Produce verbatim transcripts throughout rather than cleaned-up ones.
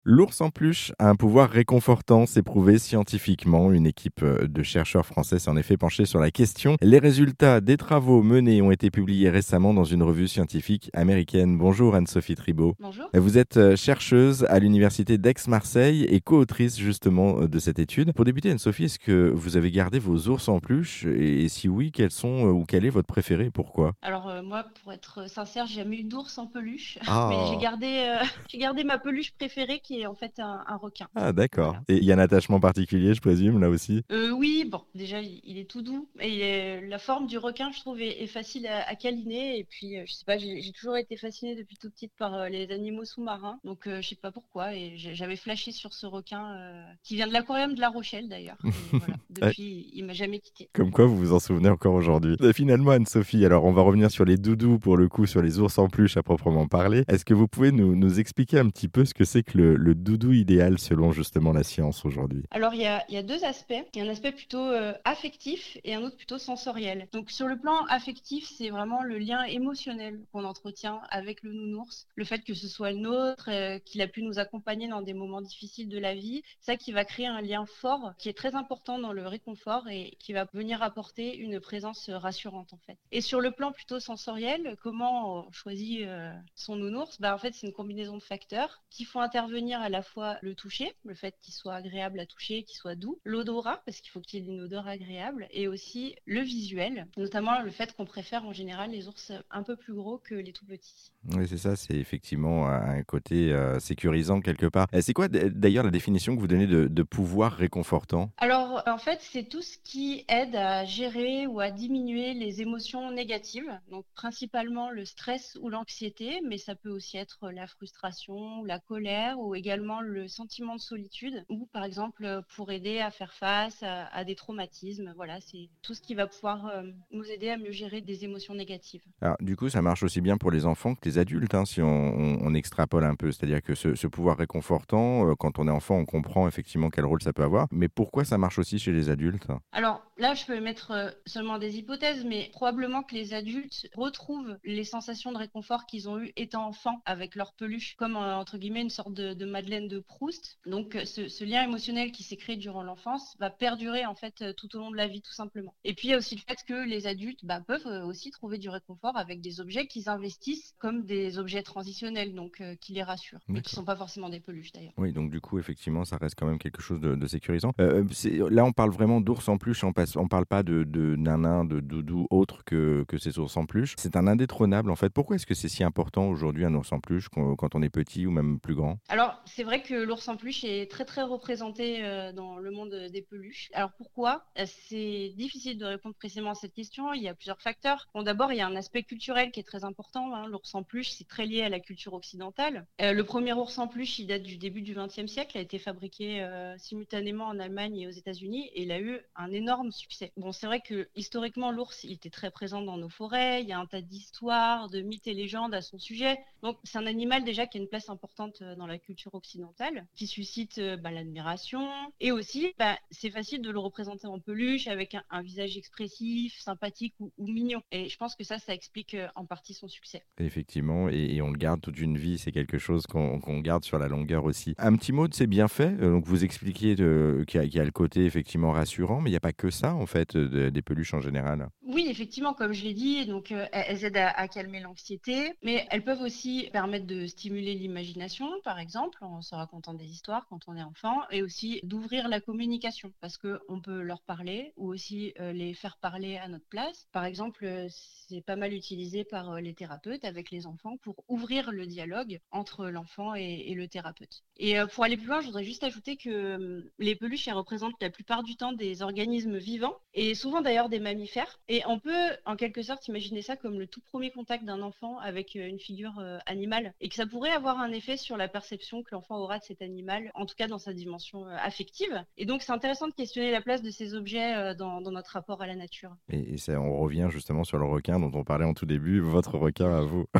L'ours en peluche a un pouvoir réconfortant, c'est prouvé scientifiquement. Une équipe euh, de chercheurs français s'est en effet penchée sur la question. Les résultats des travaux menés ont été publiés récemment dans une revue scientifique américaine. Bonjour Anne-Sophie Tribault. Bonjour. Vous êtes euh, chercheuse à l'université d'Aix-Marseille et co-autrice justement euh, de cette étude. Pour débuter, Anne-Sophie, est-ce que vous avez gardé vos ours en peluche et si oui, quels sont euh, ou quel est votre préféré et pourquoi? Alors euh, moi, pour être sincère, j'ai jamais eu d'ours en peluche, mais j'ai Ah, gardé, euh, j'ai gardé ma peluche préférée qui est en fait un, un requin. ah d'accord. Voilà. Et il y a un attachement particulier, je présume, là aussi? Euh, oui, bon, déjà il, il est tout doux et il est- la forme du requin, je trouve, est, est facile à, à câliner. Et puis, euh, je sais pas, j'ai j'ai toujours été fascinée depuis toute petite par euh, les animaux sous-marins, donc euh, je sais pas pourquoi. Et j'ai- j'avais flashé sur ce requin euh, qui vient de l'aquarium de La Rochelle d'ailleurs. Et voilà, depuis, il m'a jamais quitté. Comme quoi, vous vous en souvenez encore aujourd'hui. Euh, Finalement, Anne-Sophie, alors on va revenir sur les doudous pour le coup, sur les ours en peluche à proprement parler. Est-ce que vous pouvez nous, nous expliquer un petit peu ce que c'est que le, le doudou idéal selon justement la science aujourd'hui? Alors, il y a, il y a deux aspects. Il y a un aspect plutôt euh, affectif et un autre plutôt sensoriel. Donc, sur le plan affectif, c'est vraiment le lien émotionnel qu'on entretient avec le nounours. Le fait que ce soit le nôtre, euh, qu'il a pu nous accompagner dans des moments difficiles de la vie, ça qui va créer un lien fort qui est très important dans le réconfort et qui va venir apporter une présence rassurante en fait. Et sur le plan plutôt sensoriel, comment on choisit euh, son nounours? Bah, en fait, c'est une combinaison de facteurs qui font intervenir à la fois le toucher, le fait qu'il soit agréable à toucher, qu'il soit doux, l'odorat, parce qu'il faut qu'il y ait une odeur agréable, et aussi le visuel, notamment le fait qu'on préfère en général les ours un peu plus gros que les tout petits. Oui, c'est ça, c'est effectivement un côté euh, sécurisant quelque part. Euh, C'est quoi d- d'ailleurs la définition que vous donnez de, de pouvoir réconfortant? Alors, en fait, c'est tout ce qui aide à gérer ou à diminuer les émotions négatives, donc principalement le stress ou l'anxiété, mais ça peut aussi être la frustration, la colère ou également le sentiment de solitude, ou par exemple pour aider à faire face à, à des traumatismes. Voilà, c'est tout ce qui va pouvoir euh, nous aider à mieux gérer des émotions négatives. Alors, du coup, ça marche aussi bien pour les enfants que les adultes, hein, si on, on- on extrapole un peu. C'est-à-dire que ce, ce pouvoir réconfortant, euh, quand on est enfant, on comprend effectivement quel rôle ça peut avoir. Mais pourquoi ça marche aussi chez les adultes? Alors là, je peux mettre euh, seulement des hypothèses, mais probablement que les adultes retrouvent les sensations de réconfort qu'ils ont eues étant enfants avec leur peluche, comme euh, entre guillemets une sorte de, de Madeleine de Proust. Donc euh, ce, ce lien émotionnel qui s'est créé durant l'enfance va perdurer en fait euh, tout au long de la vie, tout simplement. Et puis il y a aussi le fait que les adultes bah, peuvent euh, aussi trouver du réconfort avec des objets qu'ils investissent comme des objets transitionnels, donc euh, qui les rassurent, mais qui D'accord. sont pas forcément des peluches d'ailleurs. Oui, donc du coup, effectivement, ça reste quand même quelque chose de, de sécurisant. Euh, c'est- là, on parle vraiment d'ours en peluche, on passe, on parle pas de, de nanin, de doudou autre que, que ces ours en peluche. C'est un indétrônable, en fait. Pourquoi est-ce que c'est si important aujourd'hui, un ours en peluche, quand, quand on est petit ou même plus grand? Alors, c'est vrai que l'ours en peluche est très très représenté euh, dans le monde des peluches. Alors pourquoi? Euh, C'est difficile de répondre précisément à cette question. Il y a plusieurs facteurs. Bon, d'abord, il y a un aspect culturel qui est très important, hein. L'ours en peluche, c'est très lié à la culture occidentale. Euh, le premier ours en peluche, il date du début du vingtième siècle, a été fabriqué euh, simultanément en Allemagne et aux États-Unis, et il a eu un énorme succès. Bon, c'est vrai que historiquement, l'ours, il était très présent dans nos forêts. Il y a un tas d'histoires, de mythes et légendes à son sujet. Donc, c'est un animal déjà qui a une place importante euh, dans la culture occidentale, qui suscite euh, bah, l'admiration. Et aussi, bah, c'est facile de le représenter en peluche avec un, un visage expressif, sympathique ou, ou mignon. Et je pense que ça, ça explique euh, en partie son succès. Effectivement, et, et on le garde toute une vie, c'est quelque chose qu'on qu'on garde sur la longueur aussi. Un petit mot de ces bienfaits, euh, donc vous expliquiez de- qu'il y, a qu'il y a le côté effectivement rassurant, mais il n'y a pas que ça en fait, euh, de- des peluches en général. Oui, effectivement, comme je l'ai dit, donc euh, elles elles aident à, à calmer l'anxiété, mais elles peuvent aussi permettre de stimuler l'imagination, par exemple, en se racontant des histoires quand on est enfant, et aussi d'ouvrir la communication, parce que on peut leur parler ou aussi euh, les faire parler à notre place. Par exemple, euh, c'est pas mal utilisé par euh, les thérapeutes avec les enfants pour ouvrir le dialogue entre l'enfant et, et le thérapeute. Et euh, pour aller plus loin, je voudrais juste ajouter que euh, les peluches, elles représentent la plupart du temps des organismes vivants, et souvent d'ailleurs des mammifères. Et on peut en quelque sorte imaginer ça comme le tout premier contact d'un enfant avec euh, une figure euh, animale, et que ça pourrait avoir un effet sur la perception que l'enfant aura de cet animal, en tout cas dans sa dimension euh, affective. Et donc c'est intéressant de questionner la place de ces objets euh, dans, dans notre rapport à la nature. Et, et ça, on revient justement sur le requin dont on parlait en tout début, votre requin à Oui. vous.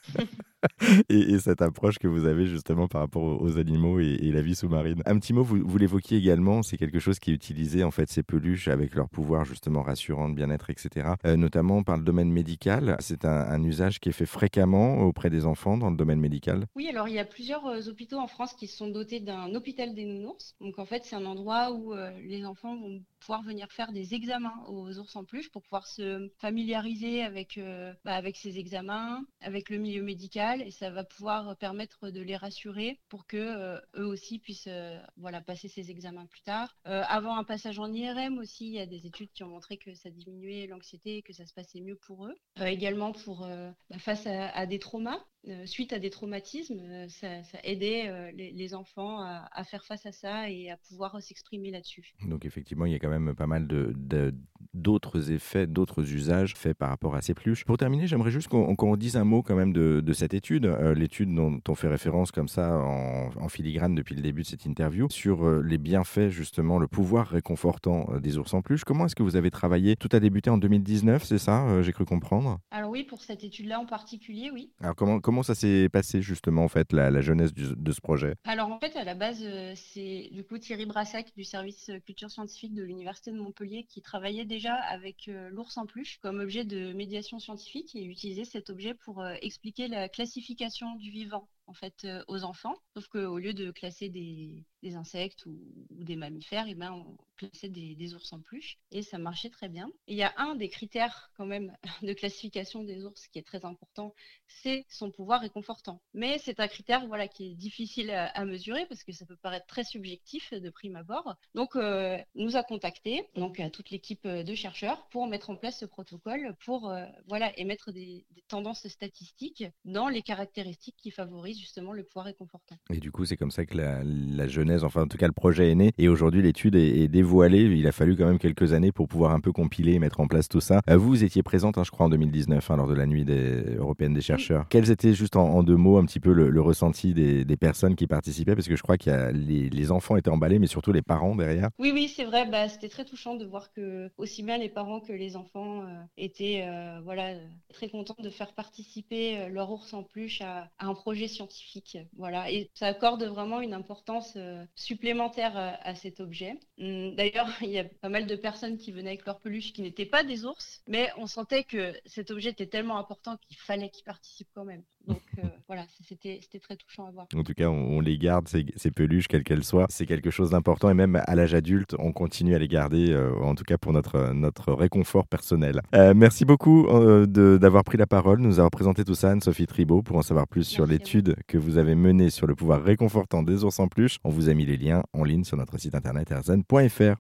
et, et cette approche que vous avez justement par rapport aux, aux animaux et, et la vie sous-marine. Un petit mot, vous, vous l'évoquiez également, c'est quelque chose qui est utilisé en fait ces peluches avec leur pouvoir justement rassurant de bien-être, etc. cetera, euh, notamment par le domaine médical. C'est un, un usage qui est fait fréquemment auprès des enfants dans le domaine médical. Oui, alors il y a plusieurs euh, hôpitaux en France qui sont dotés d'un hôpital des nounours. Donc en fait, c'est un endroit où euh, les enfants vont pouvoir venir faire des examens aux ours en peluche pour pouvoir se familiariser avec, euh, bah, avec ces examens, avec le milieu médical, et ça va pouvoir permettre de les rassurer pour que euh, eux aussi puissent euh, voilà, passer ces examens plus tard. Euh, avant un passage en I R M aussi, il y a des études qui ont montré que ça diminuait l'anxiété et que ça se passait mieux pour eux. Euh, également pour euh, bah, face à, à des traumas. Euh, suite à des traumatismes, euh, ça, ça aidait euh, les, les enfants à, à faire face à ça et à pouvoir s'exprimer là-dessus. Donc effectivement, il y a quand même pas mal de, de- d'autres effets, d'autres usages faits par rapport à ces peluches. Pour terminer, j'aimerais juste qu'on, qu'on dise un mot quand même de, de cette étude, euh, l'étude dont on fait référence comme ça en, en filigrane depuis le début de cette interview, sur euh, les bienfaits justement, le pouvoir réconfortant euh, des ours en peluche. Comment est-ce que vous avez travaillé? Tout a débuté en deux mille dix-neuf, c'est ça, euh, j'ai cru comprendre. Alors oui, pour cette étude-là en particulier, oui. Alors comment, comment ça s'est passé justement en fait, la, la jeunesse du- de ce projet? Alors en fait, à la base, euh, c'est du coup Thierry Brassac du service euh, culture scientifique de l'Université de Montpellier qui travaillait déjà avec euh, l'ours en peluche comme objet de médiation scientifique et utilisait cet objet pour euh, expliquer la classification du vivant en fait euh, aux enfants. Sauf qu'au lieu de classer des, des insectes ou, ou des mammifères, eh ben, on classait des, des ours en peluche et ça marchait très bien. Et il y a un des critères quand même de classification des ours qui est très important, c'est son pouvoir réconfortant. Mais c'est un critère voilà, qui est difficile à, à mesurer parce que ça peut paraître très subjectif de prime abord. Donc, euh, nous a contactés, donc à toute l'équipe de chercheurs, pour mettre en place ce protocole, pour euh, voilà, émettre des, des tendances statistiques dans les caractéristiques qui favorisent justement le pouvoir réconfortant. Et du coup, c'est comme ça que la, la genèse, enfin en tout cas le projet est né. Et aujourd'hui, l'étude est, est dévoilée. Il a fallu quand même quelques années pour pouvoir un peu compiler et mettre en place tout ça. Euh, Vous, vous étiez présente, hein, je crois, en deux mille dix-neuf, hein, lors de la nuit des, européenne des Oui. chercheurs. Quels étaient, juste en, en deux mots, un petit peu le, le ressenti des, des personnes qui participaient? Parce que je crois que les, les enfants étaient emballés, mais surtout les parents derrière. Oui, oui, c'est vrai. Bah, c'était très touchant de voir que aussi bien les parents que les enfants euh, étaient euh, voilà, euh, très contents de faire participer euh, leur ours en peluche à, à un projet scientifique. Voilà. Et ça accorde vraiment une importance euh, supplémentaire à, à cet objet. Hum, D'ailleurs, il y a pas mal de personnes qui venaient avec leur peluche qui n'étaient pas des ours, mais on sentait que cet objet était tellement important qu'il fallait qu'ils participent quand même. Donc euh, voilà, c'était, c'était très touchant à voir. En tout cas, on, on les garde, ces, ces peluches, quelles qu'elles soient. C'est quelque chose d'important et même à l'âge adulte, on continue à les garder, euh, en tout cas pour notre, notre réconfort personnel. Euh, merci beaucoup euh, de- d'avoir pris la parole, nous avoir présenté tout ça, Anne-Sophie Tribault. Pour en savoir plus sur Merci à vous. l'étude que vous avez menée sur le pouvoir réconfortant des ours en peluche, on vous a mis les liens en ligne sur notre site internet erzen point f r.